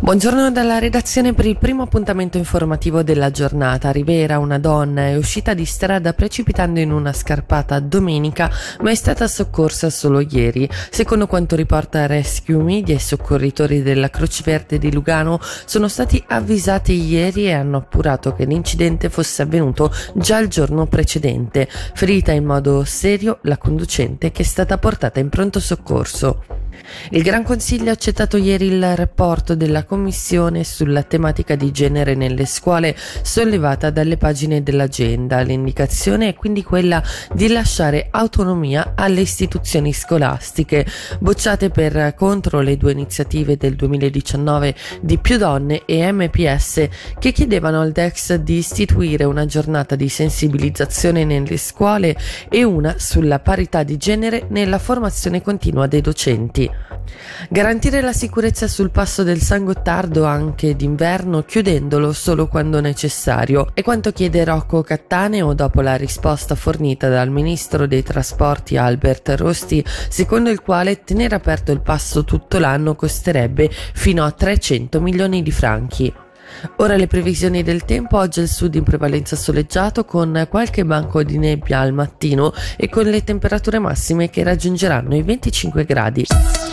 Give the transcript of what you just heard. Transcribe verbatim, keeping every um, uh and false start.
Buongiorno dalla redazione per il primo appuntamento informativo della giornata. A Rivera una donna è uscita di strada precipitando in una scarpata domenica, ma è stata soccorsa solo ieri. Secondo quanto riporta Rescue Media, i soccorritori della Croce Verde di Lugano sono stati avvisati ieri e hanno appurato che l'incidente fosse avvenuto già il giorno precedente. Ferita in modo serio la conducente, che è stata portata in pronto soccorso. Il Gran Consiglio ha accettato ieri il rapporto della Commissione sulla tematica di genere nelle scuole sollevata dalle pagine dell'agenda. L'indicazione è quindi quella di lasciare autonomia alle istituzioni scolastiche. Bocciate per contro le due iniziative del duemiladiciannove di Più Donne e M P S, che chiedevano al D E X di istituire una giornata di sensibilizzazione nelle scuole e una sulla parità di genere nella formazione continua dei docenti. Garantire la sicurezza sul passo del San Gottardo anche d'inverno, chiudendolo solo quando necessario, è quanto chiede Rocco Cattaneo dopo la risposta fornita dal ministro dei trasporti Albert Rosti, secondo il quale tenere aperto il passo tutto l'anno costerebbe fino a trecento milioni di franchi. Ora le previsioni del tempo: oggi al sud in prevalenza soleggiato con qualche banco di nebbia al mattino e con le temperature massime che raggiungeranno i venticinque gradi.